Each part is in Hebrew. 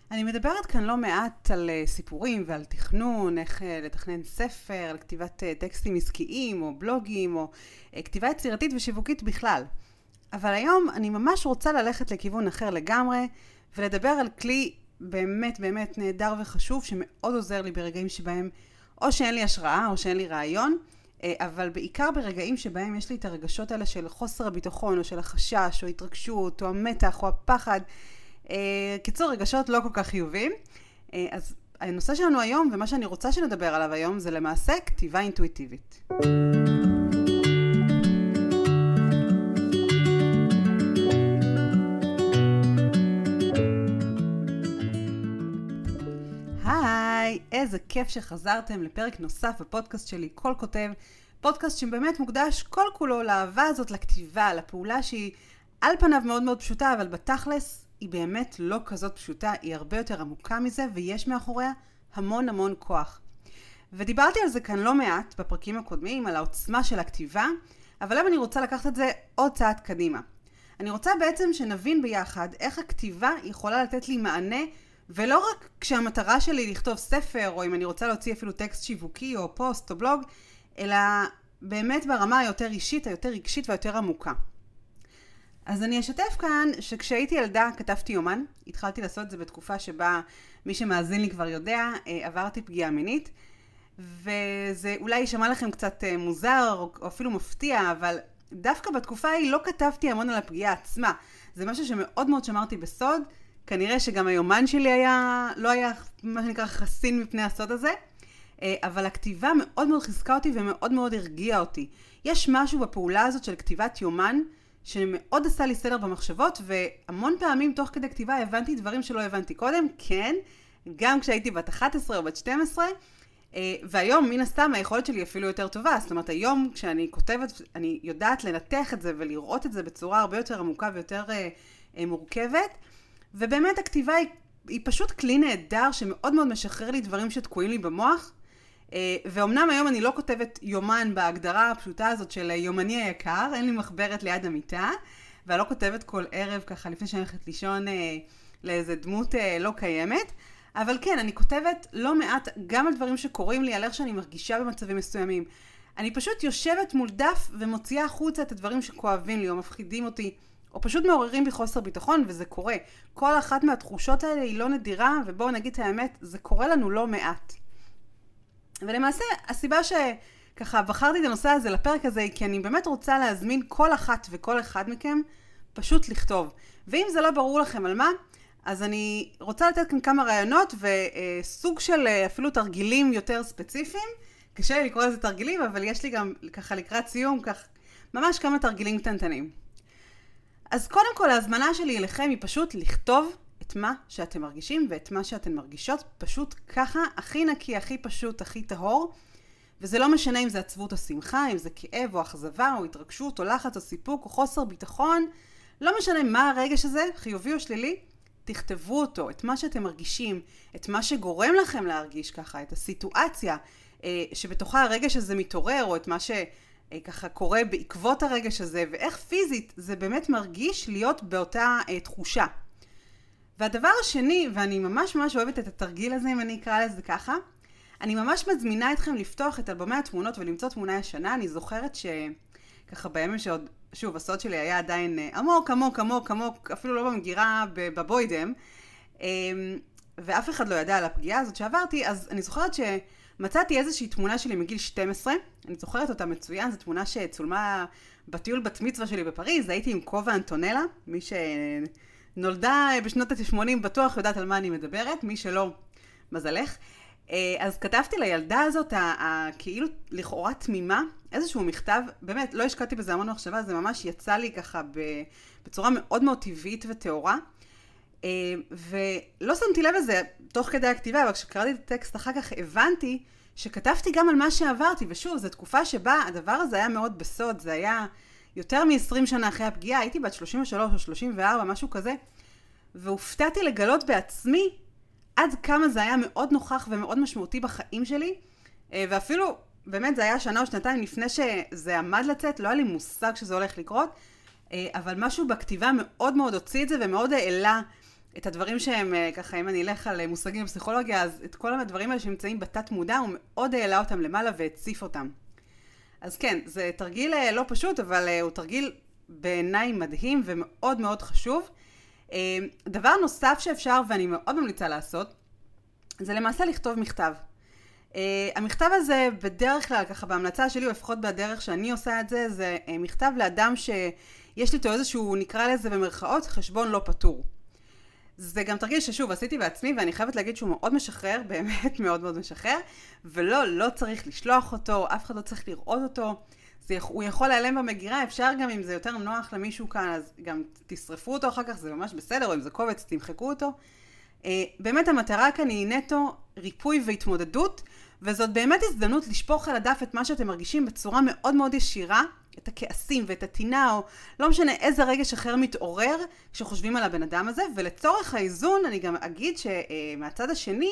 אני מדברת כאן לא מעט על סיפורים ועל תכנון, איך לתכנן ספר, על כתיבת טקסטים עסקיים או בלוגים או כתיבה יצירתית ושיווקית בכלל. אבל היום אני ממש רוצה ללכת לכיוון אחר לגמרי ולדבר על כלי באמת באמת נהדר וחשוב שמאוד עוזר לי ברגעים שבהם או שאין לי השראה או שאין לי רעיון, אבל בעיקר ברגעים שבהם יש לי את הרגשות האלה של חוסר הביטחון או של החשש או התרגשות או המתח או הפחד. קיצור, רגשות לא כל כך חיוביים. אז הנושא שלנו היום ומה שאני רוצה שנדבר עליו היום זה למעשה כתיבה אינטואיטיבית. היי, איזה כיף שחזרתם לפרק נוסף בפודקאסט שלי, כל כותב. פודקאסט שבאמת מוקדש כל כולו לאהבה הזאת לכתיבה, לפעולה שהיא על פניו מאוד מאוד פשוטה, אבל בתכלס היא באמת לא כזאת פשוטה, היא הרבה יותר עמוקה מזה, ויש מאחוריה המון המון כוח. ודיברתי על זה כאן לא מעט בפרקים הקודמים, על העוצמה של הכתיבה, אבל היום אני רוצה לקחת את זה עוד צעד קדימה. אני רוצה בעצם שנבין ביחד איך הכתיבה יכולה לתת לי מענה, ולא רק כשהמטרה שלי לכתוב ספר, או אם אני רוצה להוציא אפילו טקסט שיווקי, או פוסט, או בלוג, אלא באמת ברמה היותר אישית, היותר רגשית והיותר עמוקה. אז אני אשתף כאן שכשהייתי ילדה כתבתי יומן, התחלתי לעשות את זה בתקופה שבה מי שמאזין לי כבר יודע, עברתי פגיעה מינית, וזה אולי יישמע לכם קצת מוזר או אפילו מפתיע, אבל דווקא בתקופה ההיא לא כתבתי המון על הפגיעה עצמה. זה משהו שמאוד מאוד שמרתי בסוד, כנראה שגם היומן שלי לא היה מה שנקרא חסין מפני הסוד הזה, אבל הכתיבה מאוד מאוד חיזקה אותי ומאוד מאוד הרגיעה אותי. יש משהו בפעולה הזאת של כתיבת יומן, שמאוד עשה לי סדר במחשבות, והמון פעמים תוך כדי כתיבה הבנתי דברים שלא הבנתי קודם, כן, גם כשהייתי בת 11 או בת 12, והיום מן הסתם היכולת שלי אפילו יותר טובה, זאת אומרת היום כשאני כותבת, אני יודעת לנתח את זה ולראות את זה בצורה הרבה יותר עמוקה ויותר מורכבת, ובאמת הכתיבה היא פשוט כלי נהדר שמאוד מאוד משחרר לי דברים שתקועים לי במוח, ואומנם היום אני לא כותבת יומן בהגדרה הפשוטה הזאת של יומני היקר, אין לי מחברת ליד המיטה, ואני לא כותבת כל ערב ככה לפני שאני הולכת לישון לאיזה דמות לא קיימת, אבל כן, אני כותבת לא מעט גם על דברים שקורים לי, על איך שאני מרגישה במצבים מסוימים. אני פשוט יושבת מול דף ומוציאה החוצה את הדברים שכואבים לי או מפחידים אותי, או פשוט מעוררים בי חוסר ביטחון, וזה קורה. כל אחת מהתחושות האלה היא לא נדירה, ובואו נגיד את האמת, זה קורה לנו לא מעט. ולמעשה, הסיבה שככה בחרתי את הנושא הזה לפרק הזה, היא כי אני באמת רוצה להזמין כל אחת וכל אחד מכם פשוט לכתוב. ואם זה לא ברור לכם על מה, אז אני רוצה לתת כאן כמה רעיונות וסוג של אפילו תרגילים יותר ספציפיים. קשה לי לקרוא לזה תרגילים, אבל יש לי גם ככה לקראת סיום, ממש כמה תרגילים קטנטנים. אז קודם כל, ההזמנה שלי אליכם היא פשוט לכתוב את מה שאתם מרגישים ואת מה שאתן מרגישות, פשוט ככה, הכי נקי, הכי פשוט, הכי טהור, וזה לא משנה אם זה עצבות או שמחה, אם זה כאב או אכזבה או התרגשות או לחץ או סיפוק או חוסר ביטחון, לא משנה מה הרגש הזה, חיובי או שלילי, תכתבו אותו, את מה שאתם מרגישים, את מה שגורם לכם להרגיש ככה, את הסיטואציה שבתוכה הרגש הזה מתעורר, או את מה שככה קורה בעקבות הרגש הזה, ואיך פיזית זה באמת מרגיש להיות באותה תחושה. והדבר השני, ואני ממש ממש אוהבת את התרגיל הזה, אם אני אקרא לזה ככה, אני ממש מזמינה אתכם לפתוח את אלבומי התמונות ולמצוא תמונה ישנה. אני זוכרת שככה בימים שעוד, שוב, הסוד שלי היה עדיין עמוק, עמוק, עמוק, עמוק, אפילו לא במגירה, בבוידם, ואף אחד לא ידע על הפגיעה הזאת שעברתי, אז אני זוכרת שמצאתי איזושהי תמונה שלי מגיל 12, אני זוכרת אותה מצוין, זו תמונה שצולמה בטיול בת מצווה שלי בפריז, הייתי עם כובע אנטונלה, מי נולדה בשנות ה-80 בטוח יודעת על מה אני מדברת, מי שלא, מזלך. אז כתבתי לילדה הזאת, כאילו לכאורה תמימה, איזשהו מכתב, באמת לא השקעתי בזה המון מחשבה, זה ממש יצא לי ככה בצורה מאוד מאוד טבעית וטהורה, ולא שמתי לב לזה תוך כדי הכתיבה, אבל כשקראתי את הטקסט אחר כך הבנתי שכתבתי גם על מה שעברתי, ושוב, זו תקופה שבה הדבר הזה היה מאוד בסוד, זה היה יותר מ-20 שנה אחרי הפגיעה, הייתי בת 33 או 34, משהו כזה, והופתעתי לגלות בעצמי עד כמה זה היה מאוד נוכח ומאוד משמעותי בחיים שלי, ואפילו באמת זה היה שנה או שנתיים לפני שזה עמד לצאת, לא היה לי מושג שזה הולך לקרות, אבל משהו בכתיבה מאוד מאוד הוציא את זה ומאוד העלה את הדברים שהם ככה, אם אני אלך על מושגים בפסיכולוגיה, אז את כל הדברים האלה שנמצאים בתת מודע, הוא מאוד העלה אותם למעלה והציף אותם. אז כן, זה תרגיל לא פשוט, אבל הוא תרגיל בעיניי מדהים ומאוד מאוד חשוב. דבר נוסף שאפשר, ואני מאוד ממליצה לעשות, זה למעשה לכתוב מכתב. המכתב הזה בדרך כלל, ככה בהמלצה שלי, או לפחות בדרך שאני עושה את זה, זה מכתב לאדם שיש לי איתו איזשהו, נקרא לזה במרכאות, חשבון לא פתור. זה גם תרגיל ששוב עשיתי בעצמי, ואני חייבת להגיד שהוא מאוד משחרר, באמת מאוד מאוד משחרר, ולא, לא צריך לשלוח אותו, אף אחד לא צריך לראות אותו, הוא יכול להיעלם במגירה, אפשר גם אם זה יותר נוח למישהו כאן, אז גם תשרפו אותו אחר כך, זה ממש בסדר, או אם זה קובץ, תמחקו אותו. באמת המטרה כאן היא נטו ריפוי והתמודדות, וזאת באמת הזדמנות לשפוך על הדף את מה שאתם מרגישים בצורה מאוד מאוד ישירה, את הכעסים ואת הטינה, או לא משנה איזה רגש אחר מתעורר כשחושבים על הבן אדם הזה, ולצורך האיזון אני גם אגיד שמהצד השני,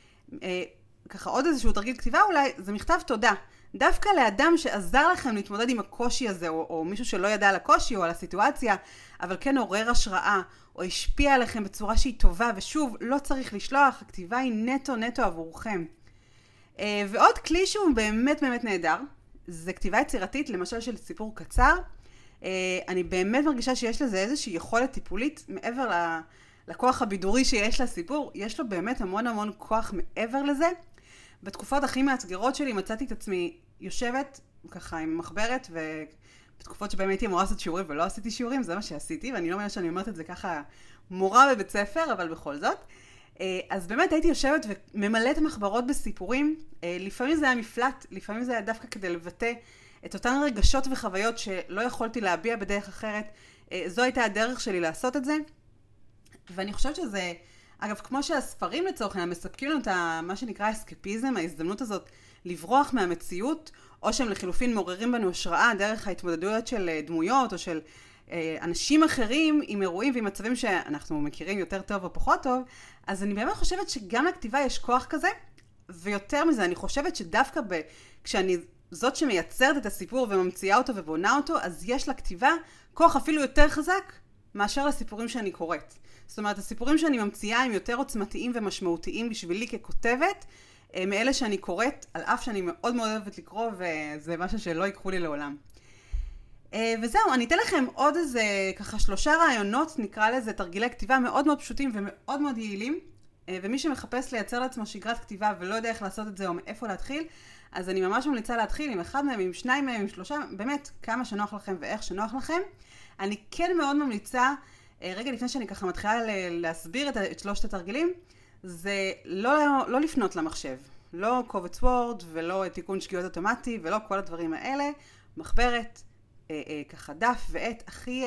ככה עוד איזשהו תרגיל כתיבה אולי, זה מכתב תודה. דווקא לאדם שעזר לכם להתמודד עם הקושי הזה, או מישהו שלא ידע על הקושי או על הסיטואציה, אבל כן עורר השראה, או השפיע עליכם בצורה שהיא טובה, ושוב, לא צריך לשלוח, הכתיבה היא נטו נטו עבורכם. ועוד כלי שהוא באמת באמת נהדר, זה כתיבה יצירתית, למשל של סיפור קצר. אני באמת מרגישה שיש לזה איזושהי יכולת טיפולית מעבר לכוח הבידורי שיש לסיפור, יש לו באמת המון המון כוח מעבר לזה. בתקופות הכי מאתגרות שלי מצאתי את עצמי יושבת ככה עם מחברת, ובתקופות שבהם הייתי אמורה לעשות שיעורים ולא עשיתי שיעורים, זה מה שעשיתי, ואני לא מבינה שאני אומרת את זה ככה מורה בבית ספר, אבל בכל זאת. אז באמת הייתי יושבת וממלאת מחברות בסיפורים, לפעמים זה היה מפלט, לפעמים זה היה דווקא כדי לבטא את אותן רגשות וחוויות שלא יכולתי להביע בדרך אחרת, זו הייתה הדרך שלי לעשות את זה, ואני חושבת שזה, אגב, כמו שהספרים לצורך העניין מספקים לנו את מה שנקרא אסקפיזם, ההזדמנות הזאת לברוח מהמציאות, או שהם לחילופין מעוררים בנו השראה דרך ההתמודדויות של דמויות או של אנשים אחרים עם אירועים ועם מצבים שאנחנו מכירים יותר טוב או פחות טוב, אז אני באמת חושבת שגם לכתיבה יש כוח כזה, ויותר מזה, אני חושבת שדווקא כשאני זאת שמייצרת את הסיפור וממציאה אותו ובונה אותו, אז יש לכתיבה כוח אפילו יותר חזק מאשר לסיפורים שאני קוראת. זאת אומרת, הסיפורים שאני ממציאה הם יותר עוצמתיים ומשמעותיים בשבילי ככותבת, מאלה שאני קוראת, על אף שאני מאוד מאוד אוהבת לקרוא, וזה משהו שלא ייקחו לי לעולם. וזהו, אני אתן לכם עוד איזה ככה 3 רעיונות, נקרא לזה תרגילי כתיבה מאוד מאוד פשוטים ומאוד מאוד יעילים, ומי שמחפש לייצר לעצמו שגרת כתיבה ולא יודע איך לעשות את זה או מאיפה להתחיל, אז אני ממש ממליצה להתחיל עם 1 מהם, עם 2 מהם, עם 3, באמת כמה שנוח לכם ואיך שנוח לכם. אני כן מאוד ממליצה, רגע לפני שאני ככה מתחילה להסביר את 3 התרגילים, זה לא לפנות למחשב, לא קובץ וורד ולא תיקון שגיאות אוטומטי ולא כל הדברים האלה, מחברת, ככה דף ועט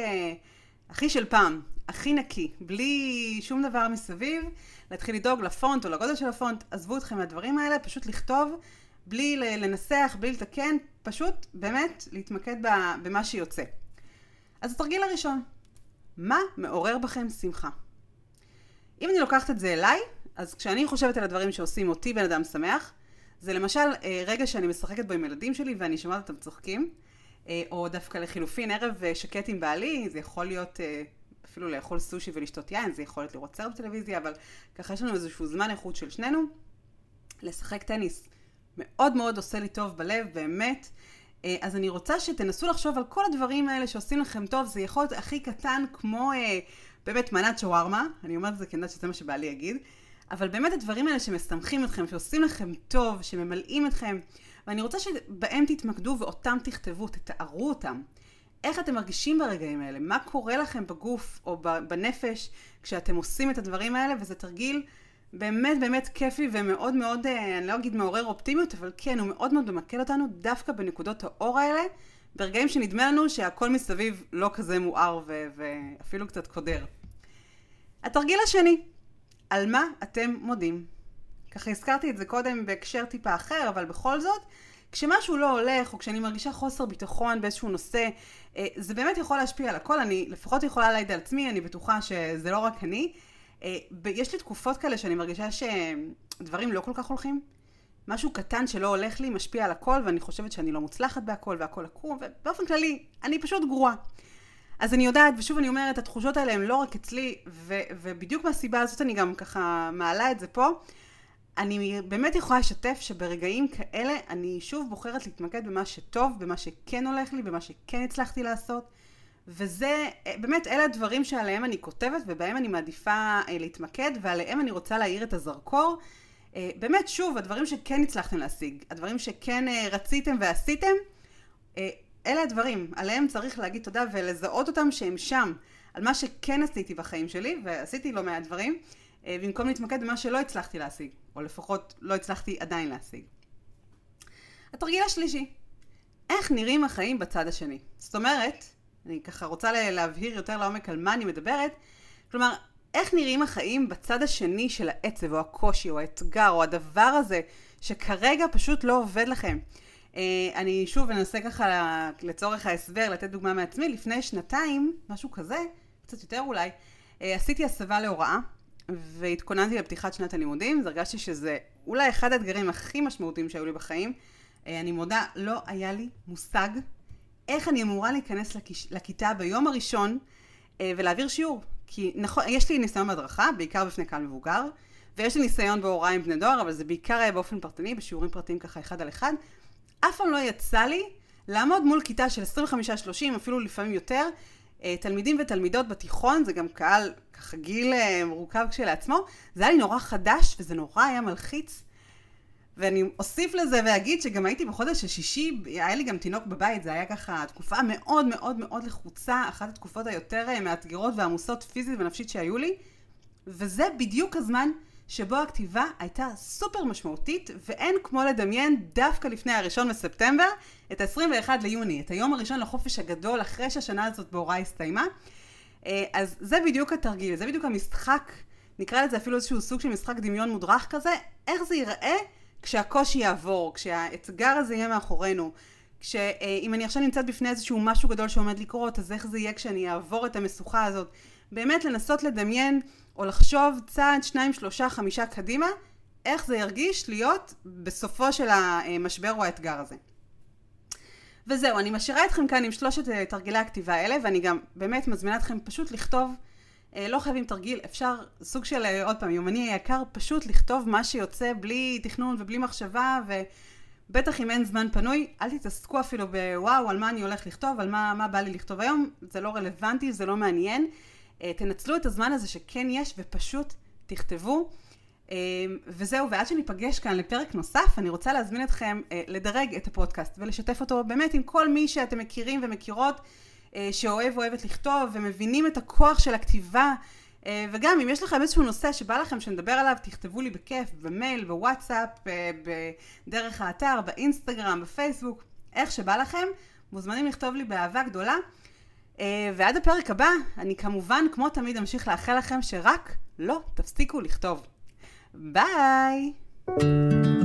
הכי של פעם, הכי נקי, בלי שום דבר מסביב, להתחיל לדאוג לפונט או לגודל של הפונט, עזבו אתכם מהדברים האלה, פשוט לכתוב, בלי לנסח, בלי לתקן, פשוט באמת להתמקד במה שיוצא. אז התרגיל הראשון, מה מעורר בכם שמחה? אם אני לוקחת את זה אליי, אז כשאני חושבת על הדברים שעושים אותי בן אדם שמח, זה למשל רגע שאני משחקת בו עם ילדים שלי ואני שומעת אותם צוחקים, או דווקא לחילופין ערב שקט עם בעלי, זה יכול להיות אפילו לאכול סושי ולשתות יין, זה יכול להיות לראות סרט בטלוויזיה, אבל ככה יש לנו איזשהו זמן איכות של שנינו. לשחק טניס מאוד מאוד עושה לי טוב בלב, באמת. אז אני רוצה שתנסו לחשוב על כל הדברים האלה שעושים לכם טוב, זה יכול להיות הכי קטן כמו באמת מנת שווארמה, אני אומרת את זה כי אני יודעת שזה מה שבעלי יגיד, אבל באמת הדברים האלה שמשמחים אתכם, שעושים לכם טוב, שממלאים אתכם, ואני רוצה שבהם תתמקדו ואותם תכתבו, תתארו אותם. איך אתם מרגישים ברגעים האלה? מה קורה לכם בגוף או בנפש כשאתם עושים את הדברים האלה? וזה תרגיל באמת באמת כיפי ומאוד מאוד, אני לא אגיד מעורר אופטימיות, אבל כן, הוא מאוד מאוד ממקד אותנו דווקא בנקודות האור האלה, ברגעים שנדמה לנו שהכל מסביב לא כזה מואר ואפילו קצת קודר. התרגיל השני, על מה אתם מודים? ככה הזכרתי את זה קודם בהקשר טיפה אחר, אבל בכל זאת, כשמשהו לא הולך, או כשאני מרגישה חוסר ביטחון באיזשהו נושא, זה באמת יכול להשפיע על הכל. אני לפחות יכולה להעיד על עצמי, אני בטוחה שזה לא רק אני. יש לי תקופות כאלה שאני מרגישה שדברים לא כל כך הולכים. משהו קטן שלא הולך לי משפיע על הכל, ואני חושבת שאני לא מוצלחת בהכל, והכל עקום, ובאופן כללי, אני פשוט גרועה. אז אני יודעת, ושוב אני אומרת, התחושות האלה הן לא רק אצלי, ובדיוק מהסיבה הזאת אני גם ככה מעלה את זה פה. אני באמת יכולה לשתף שברגעים כאלה אני שוב בוחרת להתמקד במה שטוב, במה שכן הולך לי, במה שכן הצלחתי לעשות. וזה, באמת, אלה הדברים שעליהם אני כותבת, ובהם אני מעדיפה להתמקד, ועליהם אני רוצה להאיר את הזרקור. באמת, שוב, הדברים שכן הצלחתם להשיג, הדברים שכן רציתם ועשיתם, אלה הדברים, עליהם צריך להגיד תודה ולזהות אותם שהם שם, על מה שכן עשיתי בחיים שלי, ועשיתי לא מעט דברים, במקום להתמקד במה שלא הצלחתי להשיג, או לפחות לא הצלחתי עדיין להשיג. התרגיל השלישי, איך נראים החיים בצד השני? זאת אומרת, אני ככה רוצה להבהיר יותר לעומק על מה אני מדברת, כלומר, איך נראים החיים בצד השני של העצב, או הקושי, או האתגר, או הדבר הזה, שכרגע פשוט לא עובד לכם. אני שוב אנסה ככה לצורך ההסבר, לתת דוגמה מעצמי. לפני שנתיים, משהו כזה, קצת יותר אולי, עשיתי הסבה להוראה, והתכוננתי לפתיחת שנת הלימודים. הרגשתי שזה אולי אחד האתגרים הכי משמעותיים שהיו לי בחיים. אני מודה, לא היה לי מושג איך אני אמורה להיכנס לכיתה ביום הראשון ולהעביר שיעור. כי נכון, יש לי ניסיון בהדרכה, בעיקר בפני קהל מבוגר, ויש לי ניסיון בהוראה עם בני נוער, אבל זה בעיקר היה באופן פרטני, בשיעורים פרטיים ככה אחד על אחד. אף פעם לא יצא לי לעמוד מול כיתה של 25-30, אפילו לפעמים יותר, תלמידים ותלמידות בתיכון, זה גם קהל ככה גיל מורכב כשלעצמו, זה היה לי נורא חדש וזה נורא היה מלחיץ. ואני אוסיף לזה ואגיד שגם הייתי בחודש השישי, היה לי גם תינוק בבית, זה היה ככה תקופה מאוד מאוד מאוד לחוצה, אחת התקופות היותר מאתגרות ועמוסות פיזית ונפשית שהיו לי, וזה בדיוק הזמן שבו הכתיבה הייתה סופר משמעותית, ואין כמו לדמיין דווקא לפני הראשון בספטמבר, את ה-21 ליוני, את היום הראשון לחופש הגדול, אחרי שהשנה הזאת בהוראה הסתיימה. אז זה בדיוק התרגיל, זה בדיוק המשחק, נקרא לזה אפילו איזשהו סוג של משחק דמיון מודרך כזה, איך זה ייראה כשהקושי יעבור, כשהאתגר הזה יהיה מאחורינו, אם אני עכשיו נמצאת בפני איזשהו משהו גדול שעומד לקרות, אז איך זה יהיה כשאני אעבור את המשוכה הזאת, באמת לנסות לדמיין או לחשוב צעד, 2, 3, 5 קדימה, איך זה ירגיש להיות בסופו של המשבר או האתגר הזה. וזהו, אני משאירה אתכם כאן עם 3 תרגילי הכתיבה האלה, ואני גם באמת מזמינה אתכם פשוט לכתוב, לא חייבים תרגיל, אפשר סוג של, עוד פעם, יומני היקר, פשוט לכתוב מה שיוצא בלי תכנון ובלי מחשבה, ובטח אם אין זמן פנוי, אל תתעסקו אפילו בוואו, על מה אני הולך לכתוב, על מה בא לי לכתוב היום, זה לא רלוונטי, זה לא מעניין. תנצלו את הזמן הזה שכן יש ופשוט תכתבו. וזהו, ועד שניפגש כאן לפרק נוסף, אני רוצה להזמין אתכם לדרג את הפודקאסט ולשתף אותו באמת עם כל מי שאתם מכירים ומכירות, שאוהב אוהבת לכתוב ומבינים את הכוח של הכתיבה. וגם אם יש לכם איזשהו נושא שבא לכם שנדבר עליו, תכתבו לי בכיף, במייל, בוואטסאפ, בדרך האתר, באינסטגרם, בפייסבוק, איך שבא לכם, מוזמנים לכתוב לי באהבה גדולה. ועד הפרק הבא, אני כמובן כמו תמיד אמשיך לאחל לכם שרק לא תפסיקו לכתוב. ביי!